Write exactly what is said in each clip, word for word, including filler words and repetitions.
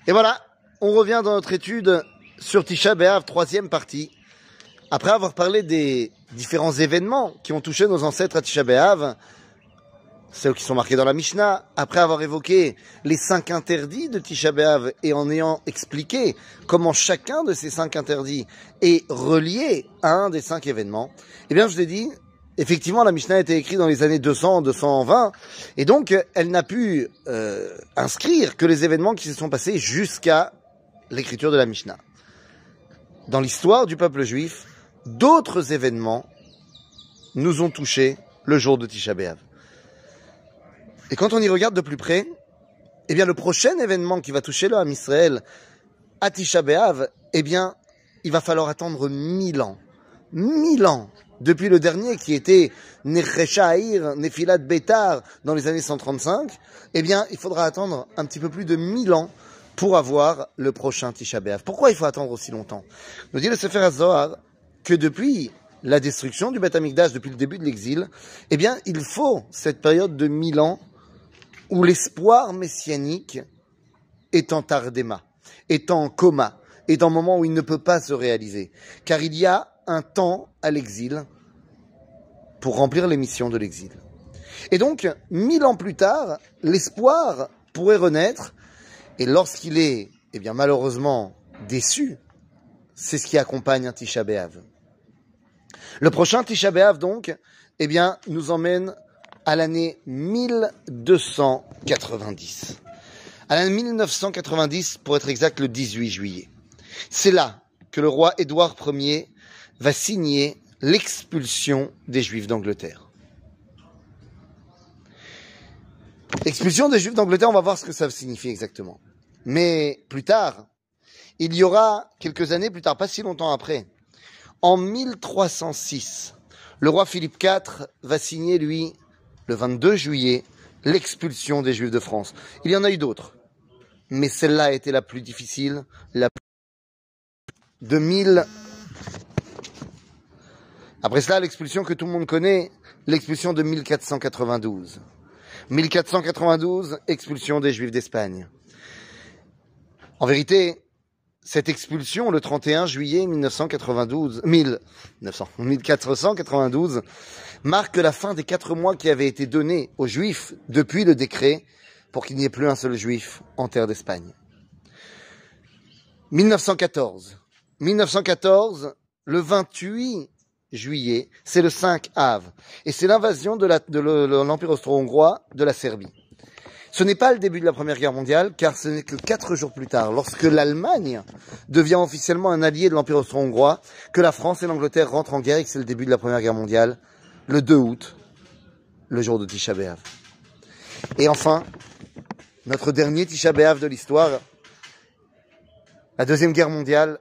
Et voilà, on revient dans notre étude sur Tisha B'Av, troisième partie. Après avoir parlé des différents événements qui ont touché nos ancêtres à Tisha B'Av, ceux qui sont marqués dans la Mishnah, après avoir évoqué les cinq interdits de Tisha B'Av et en ayant expliqué comment chacun de ces cinq interdits est relié à un des cinq événements, eh bien je vous ai dit, effectivement la Mishnah a été écrite dans les années deux cents, deux cent vingt, et donc elle n'a pu euh, inscrire que les événements qui se sont passés jusqu'à l'écriture de la Mishnah. Dans l'histoire du peuple juif, d'autres événements nous ont touchés le jour de Tisha B'Av. Et quand on y regarde de plus près, eh bien le prochain événement qui va toucher le Ham Israël à Tisha B'Av, eh bien il va falloir attendre mille ans. Mille ans depuis le dernier qui était Nechesha Haïr, Nefilat Betar dans les années cent trente-cinq, eh bien il faudra attendre un petit peu plus de mille ans pour avoir le prochain Tisha B'Av. Pourquoi il faut attendre aussi longtemps? Nous dit le Sefer HaZohar que depuis la destruction du Beth Amikdash, depuis le début de l'exil, eh bien il faut cette période de mille ans où l'espoir messianique est en tardéma, est en coma, est en moment où il ne peut pas se réaliser. Car il y a un temps à l'exil pour remplir les missions de l'exil. Et donc, mille ans plus tard, l'espoir pourrait renaître, et lorsqu'il est, eh bien, malheureusement déçu, c'est ce qui accompagne un Tisha B'Av. Le prochain Tisha B'Av, donc, eh bien, nous emmène à l'année mille deux cent quatre-vingt-dix. À l'année mille neuf cent quatre-vingt-dix, pour être exact, le dix-huit juillet. C'est là que le roi Édouard Ier va signer l'expulsion des Juifs d'Angleterre. L'expulsion des Juifs d'Angleterre, on va voir ce que ça signifie exactement. Mais plus tard, il y aura quelques années plus tard, pas si longtemps après, en mille trois cent six, le roi Philippe quatre va signer, lui, le vingt-deux juillet, l'expulsion des Juifs de France. Il y en a eu d'autres, mais celle-là a été la plus difficile, la plus... de mille... Après cela, l'expulsion que tout le monde connaît, l'expulsion de mille quatre cent quatre-vingt-douze. mille quatre cent quatre-vingt-douze, expulsion des Juifs d'Espagne. En vérité, cette expulsion, le trente et un juillet mille neuf cent quatre-vingt-douze, mille neuf cents, mille quatre cent quatre-vingt-douze, marque la fin des quatre mois qui avaient été donnés aux Juifs depuis le décret pour qu'il n'y ait plus un seul Juif en terre d'Espagne. mille neuf cent quatorze. mille neuf cent quatorze, le vingt-huit juillet, c'est le cinq Av, et c'est l'invasion de, la, de l'Empire austro-hongrois de la Serbie. Ce n'est pas le début de la Première Guerre mondiale, car ce n'est que quatre jours plus tard, lorsque l'Allemagne devient officiellement un allié de l'Empire austro-hongrois, que la France et l'Angleterre rentrent en guerre et que c'est le début de la Première Guerre mondiale, le deux août, le jour de Tisha B'Av. Et enfin, notre dernier Tisha B'Av de l'histoire, la Deuxième Guerre mondiale,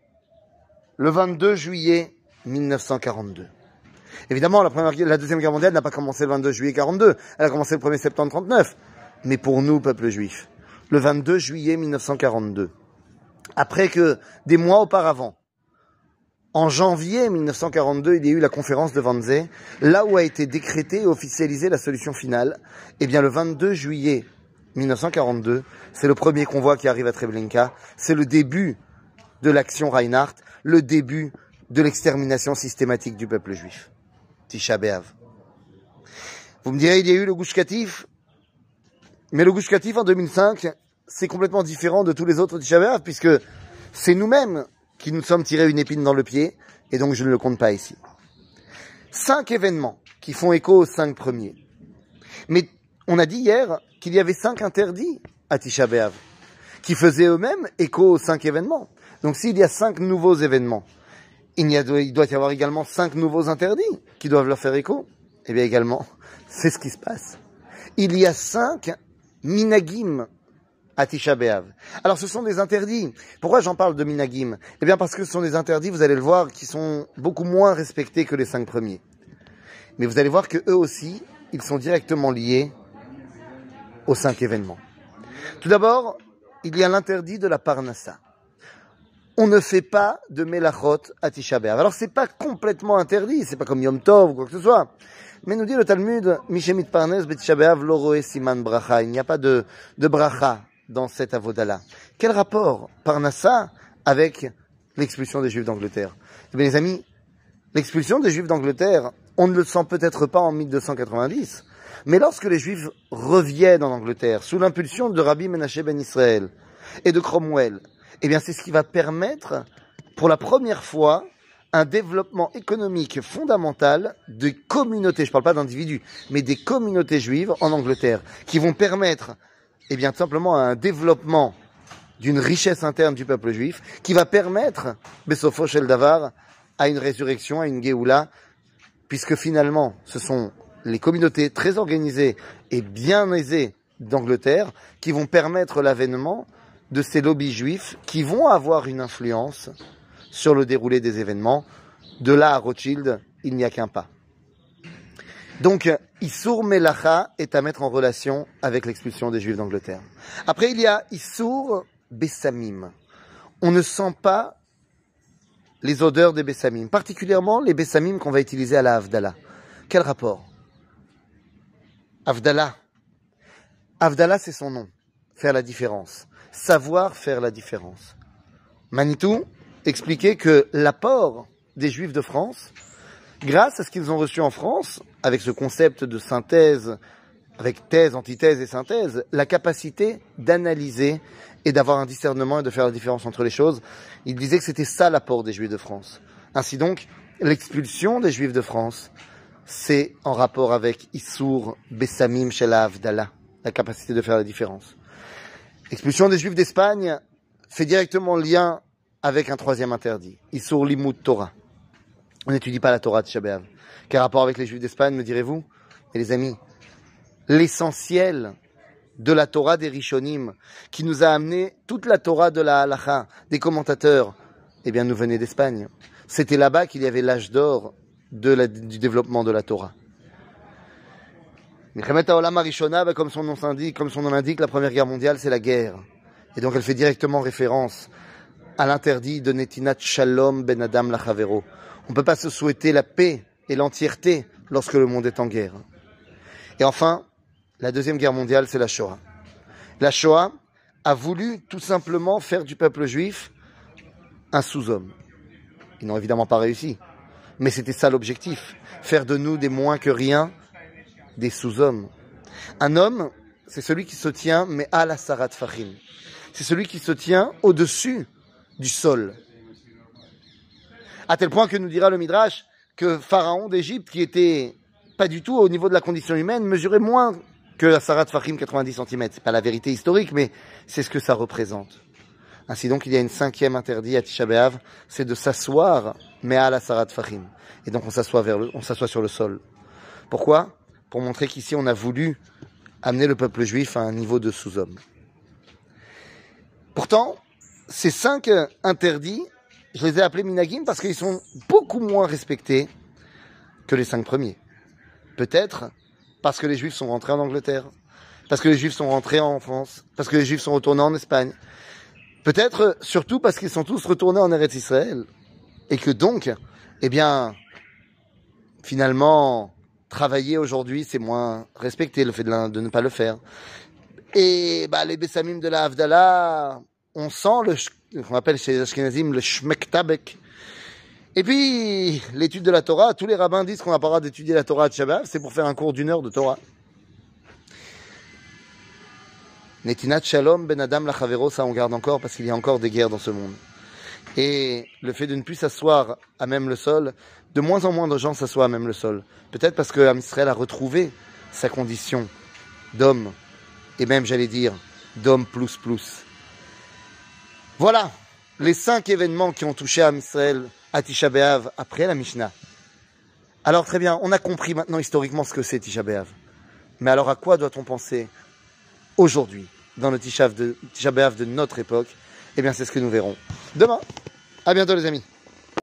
le vingt-deux juillet mille neuf cent quarante-deux. Évidemment, la, première, la Deuxième Guerre mondiale n'a pas commencé le vingt-deux juillet quarante-deux, elle a commencé le premier septembre trente-neuf. Mais pour nous, peuple juif, le vingt-deux juillet mille neuf cent quarante-deux, après que, des mois auparavant, en janvier mille neuf cent quarante-deux, il y a eu la conférence de Wannsee, là où a été décrétée et officialisée la solution finale, eh bien le vingt-deux juillet mille neuf cent quarante-deux, c'est le premier convoi qui arrive à Treblinka, c'est le début de l'action Reinhardt, le début de l'extermination systématique du peuple juif. Tisha B'Av. Vous me direz, il y a eu le Gush Katif, mais le Gush Katif en deux mille cinq, c'est complètement différent de tous les autres Tisha B'Av, puisque c'est nous-mêmes qui nous sommes tirés une épine dans le pied, et donc je ne le compte pas ici. Cinq événements qui font écho aux cinq premiers. Mais on a dit hier qu'il y avait cinq interdits à Tisha B'Av, qui faisaient eux-mêmes écho aux cinq événements. Donc s'il y a cinq nouveaux événements, il, y a, il doit y avoir également cinq nouveaux interdits qui doivent leur faire écho. Eh bien également, c'est ce qui se passe. Il y a cinq minagim à Tisha B'Av. Alors ce sont des interdits. Pourquoi j'en parle de minagim? Eh bien parce que ce sont des interdits, vous allez le voir, qui sont beaucoup moins respectés que les cinq premiers. Mais vous allez voir que eux aussi, ils sont directement liés aux cinq événements. Tout d'abord, il y a l'interdit de la parnassa. On ne fait pas de melachot à Tisha B'Av. Alors c'est pas complètement interdit, c'est pas comme Yom Tov ou quoi que ce soit. Mais nous dit le Talmud, Mishemit Parnes Betisha B'Av lo roe siman bracha. Il n'y a pas de, de bracha dans cette avodala. Quel rapport Parnassa avec l'expulsion des Juifs d'Angleterre? Eh bien les amis, l'expulsion des Juifs d'Angleterre, on ne le sent peut-être pas en mille deux cent quatre-vingt-dix, mais lorsque les Juifs reviennent en Angleterre, sous l'impulsion de Rabbi Menaché ben Israël et de Cromwell, eh bien c'est ce qui va permettre, pour la première fois, un développement économique fondamental de communautés, je ne parle pas d'individus, mais des communautés juives en Angleterre, qui vont permettre, eh bien, tout simplement un développement d'une richesse interne du peuple juif, qui va permettre, Besofo Shel Davar, à une résurrection, à une Géoula, puisque finalement, ce sont les communautés très organisées et bien aisées d'Angleterre qui vont permettre l'avènement de ces lobbies juifs qui vont avoir une influence sur le déroulé des événements. De là à Rothschild, il n'y a qu'un pas. Donc, Issour Melacha est à mettre en relation avec l'expulsion des Juifs d'Angleterre. Après, il y a Issour Bessamim. On ne sent pas les odeurs des Bessamim, particulièrement les Bessamim qu'on va utiliser à la Havdalah. Quel rapport? Havdalah. Havdalah, c'est son nom. Faire la différence. Savoir faire la différence. Manitou expliquait que l'apport des Juifs de France, grâce à ce qu'ils ont reçu en France, avec ce concept de synthèse, avec thèse, antithèse et synthèse, la capacité d'analyser et d'avoir un discernement et de faire la différence entre les choses, il disait que c'était ça l'apport des Juifs de France. Ainsi donc, l'expulsion des Juifs de France, c'est en rapport avec Issour Bessamim Shel Havdalah, la capacité de faire la différence. L'expulsion des Juifs d'Espagne fait directement lien avec un troisième interdit, Issour Limud Torah. On n'étudie pas la Torah de Tisha B'Av. Quel rapport avec les Juifs d'Espagne, me direz-vous? Et les amis, l'essentiel de la Torah des Rishonim, qui nous a amené toute la Torah de la Halacha, des commentateurs, eh bien, nous venait d'Espagne. C'était là-bas qu'il y avait l'âge d'or de la, du développement de la Torah. Milchemet HaOlam HaRishona, comme son nom s'indique, comme son nom l'indique, la Première Guerre mondiale, c'est la guerre. Et donc, elle fait directement référence à l'interdit de Netinat Shalom Ben Adam Lachavero. On ne peut pas se souhaiter la paix et l'entièreté lorsque le monde est en guerre. Et enfin, la Deuxième Guerre mondiale, c'est la Shoah. La Shoah a voulu tout simplement faire du peuple juif un sous-homme. Ils n'ont évidemment pas réussi. Mais c'était ça l'objectif. Faire de nous des moins que rien, des sous-hommes. Un homme, c'est celui qui se tient, mais à la Sarat Fahim. C'est celui qui se tient au-dessus du sol. À tel point que nous dira le Midrash que Pharaon d'Égypte, qui était pas du tout au niveau de la condition humaine, mesurait moins que la Sarat Fahim, quatre-vingt-dix centimètres. C'est pas la vérité historique, mais c'est ce que ça représente. Ainsi donc, il y a une cinquième interdit à Tisha B'Av, c'est de s'asseoir, mais à la Sarat Fahim. Et donc on s'assoit vers le, on s'assoit sur le sol. Pourquoi? Pour montrer qu'ici on a voulu amener le peuple juif à un niveau de sous-homme. Pourtant, ces cinq interdits, je les ai appelés minagim parce qu'ils sont beaucoup moins respectés que les cinq premiers. Peut-être parce que les Juifs sont rentrés en Angleterre, parce que les Juifs sont rentrés en France, parce que les Juifs sont retournés en Espagne. Peut-être surtout parce qu'ils sont tous retournés en Eretz Israël. Et que donc, eh bien, finalement, travailler aujourd'hui, c'est moins respecté, le fait de, de ne pas le faire. Et bah, les Bessamim de la Havdalah, on sent le, qu'on appelle chez les Ashkenazim le Shmektabek. Et puis, l'étude de la Torah, tous les rabbins disent qu'on n'a pas le droit d'étudier la Torah à Tisha B'Av, c'est pour faire un cours d'une heure de Torah. Netinat Shalom Ben Adam Lachavero, ça on garde encore parce qu'il y a encore des guerres dans ce monde. Et le fait de ne plus s'asseoir à même le sol, de moins en moins de gens s'assoient à même le sol. Peut-être parce que Am Israël a retrouvé sa condition d'homme, et même j'allais dire d'homme plus plus. Voilà les cinq événements qui ont touché Am Israël à Tisha B'Av après la Mishnah. Alors très bien, on a compris maintenant historiquement ce que c'est Tisha B'Av. Mais alors à quoi doit-on penser aujourd'hui, dans le Tisha B'Av de, Tisha B'Av de notre époque? Eh bien c'est ce que nous verrons demain. À bientôt les amis.